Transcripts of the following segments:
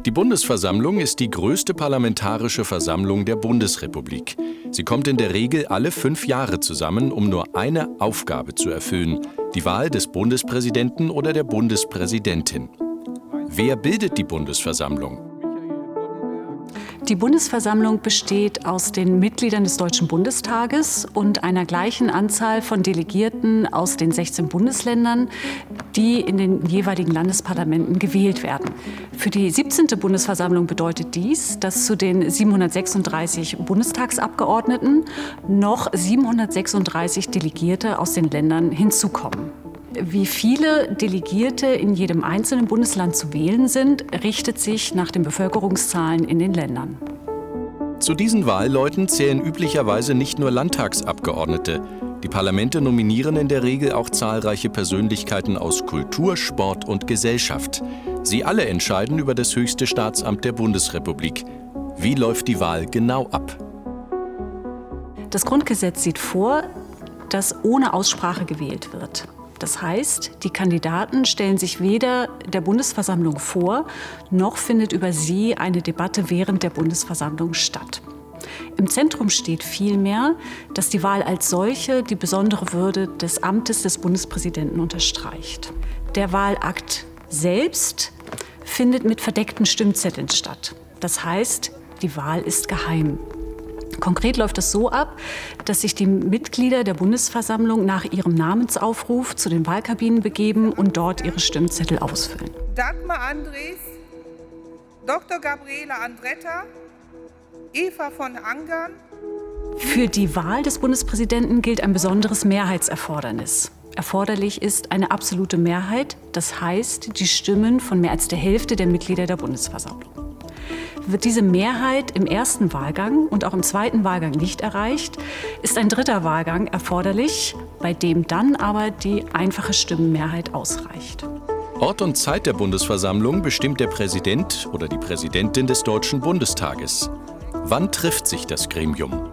Die Bundesversammlung ist die größte parlamentarische Versammlung der Bundesrepublik. Sie kommt in der Regel alle 5 Jahre zusammen, um nur eine Aufgabe zu erfüllen: die Wahl des Bundespräsidenten oder der Bundespräsidentin. Wer bildet die Bundesversammlung? Die Bundesversammlung besteht aus den Mitgliedern des Deutschen Bundestages und einer gleichen Anzahl von Delegierten aus den 16 Bundesländern, die in den jeweiligen Landesparlamenten gewählt werden. Für die 17. Bundesversammlung bedeutet dies, dass zu den 736 Bundestagsabgeordneten noch 736 Delegierte aus den Ländern hinzukommen. Wie viele Delegierte in jedem einzelnen Bundesland zu wählen sind, richtet sich nach den Bevölkerungszahlen in den Ländern. Zu diesen Wahlleuten zählen üblicherweise nicht nur Landtagsabgeordnete. Die Parlamente nominieren in der Regel auch zahlreiche Persönlichkeiten aus Kultur, Sport und Gesellschaft. Sie alle entscheiden über das höchste Staatsamt der Bundesrepublik. Wie läuft die Wahl genau ab? Das Grundgesetz sieht vor, dass ohne Aussprache gewählt wird. Das heißt, die Kandidaten stellen sich weder der Bundesversammlung vor, noch findet über sie eine Debatte während der Bundesversammlung statt. Im Zentrum steht vielmehr, dass die Wahl als solche die besondere Würde des Amtes des Bundespräsidenten unterstreicht. Der Wahlakt selbst findet mit verdeckten Stimmzetteln statt. Das heißt, die Wahl ist geheim. Konkret läuft es so ab, dass sich die Mitglieder der Bundesversammlung nach ihrem Namensaufruf zu den Wahlkabinen begeben und dort ihre Stimmzettel ausfüllen. Dagmar Andres, Dr. Gabriele Andretta, Eva von Angern. Für die Wahl des Bundespräsidenten gilt ein besonderes Mehrheitserfordernis. Erforderlich ist eine absolute Mehrheit, das heißt die Stimmen von mehr als der Hälfte der Mitglieder der Bundesversammlung. Wird diese Mehrheit im ersten Wahlgang und auch im zweiten Wahlgang nicht erreicht, ist ein dritter Wahlgang erforderlich, bei dem dann aber die einfache Stimmenmehrheit ausreicht. Ort und Zeit der Bundesversammlung bestimmt der Präsident oder die Präsidentin des Deutschen Bundestages. Wann trifft sich das Gremium?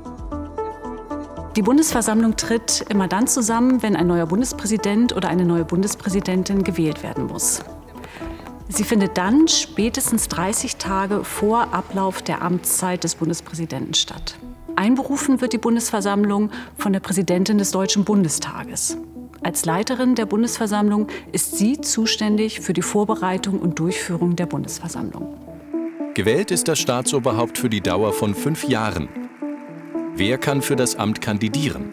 Die Bundesversammlung tritt immer dann zusammen, wenn ein neuer Bundespräsident oder eine neue Bundespräsidentin gewählt werden muss. Sie findet dann spätestens 30 Tage vor Ablauf der Amtszeit des Bundespräsidenten statt. Einberufen wird die Bundesversammlung von der Präsidentin des Deutschen Bundestages. Als Leiterin der Bundesversammlung ist sie zuständig für die Vorbereitung und Durchführung der Bundesversammlung. Gewählt ist das Staatsoberhaupt für die Dauer von 5 Jahren. Wer kann für das Amt kandidieren?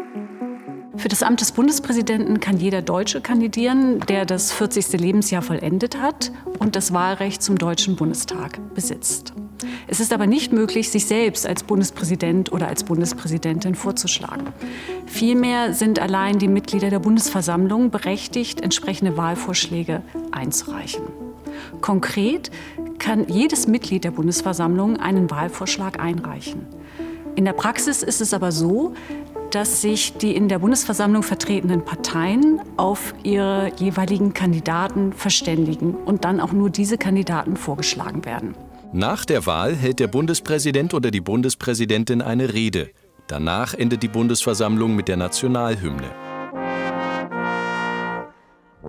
Für das Amt des Bundespräsidenten kann jeder Deutsche kandidieren, der das 40. Lebensjahr vollendet hat und das Wahlrecht zum Deutschen Bundestag besitzt. Es ist aber nicht möglich, sich selbst als Bundespräsident oder als Bundespräsidentin vorzuschlagen. Vielmehr sind allein die Mitglieder der Bundesversammlung berechtigt, entsprechende Wahlvorschläge einzureichen. Konkret kann jedes Mitglied der Bundesversammlung einen Wahlvorschlag einreichen. In der Praxis ist es aber so, dass sich die in der Bundesversammlung vertretenen Parteien auf ihre jeweiligen Kandidaten verständigen und dann auch nur diese Kandidaten vorgeschlagen werden. Nach der Wahl hält der Bundespräsident oder die Bundespräsidentin eine Rede. Danach endet die Bundesversammlung mit der Nationalhymne.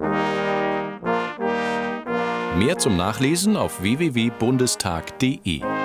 Mehr zum Nachlesen auf www.bundestag.de.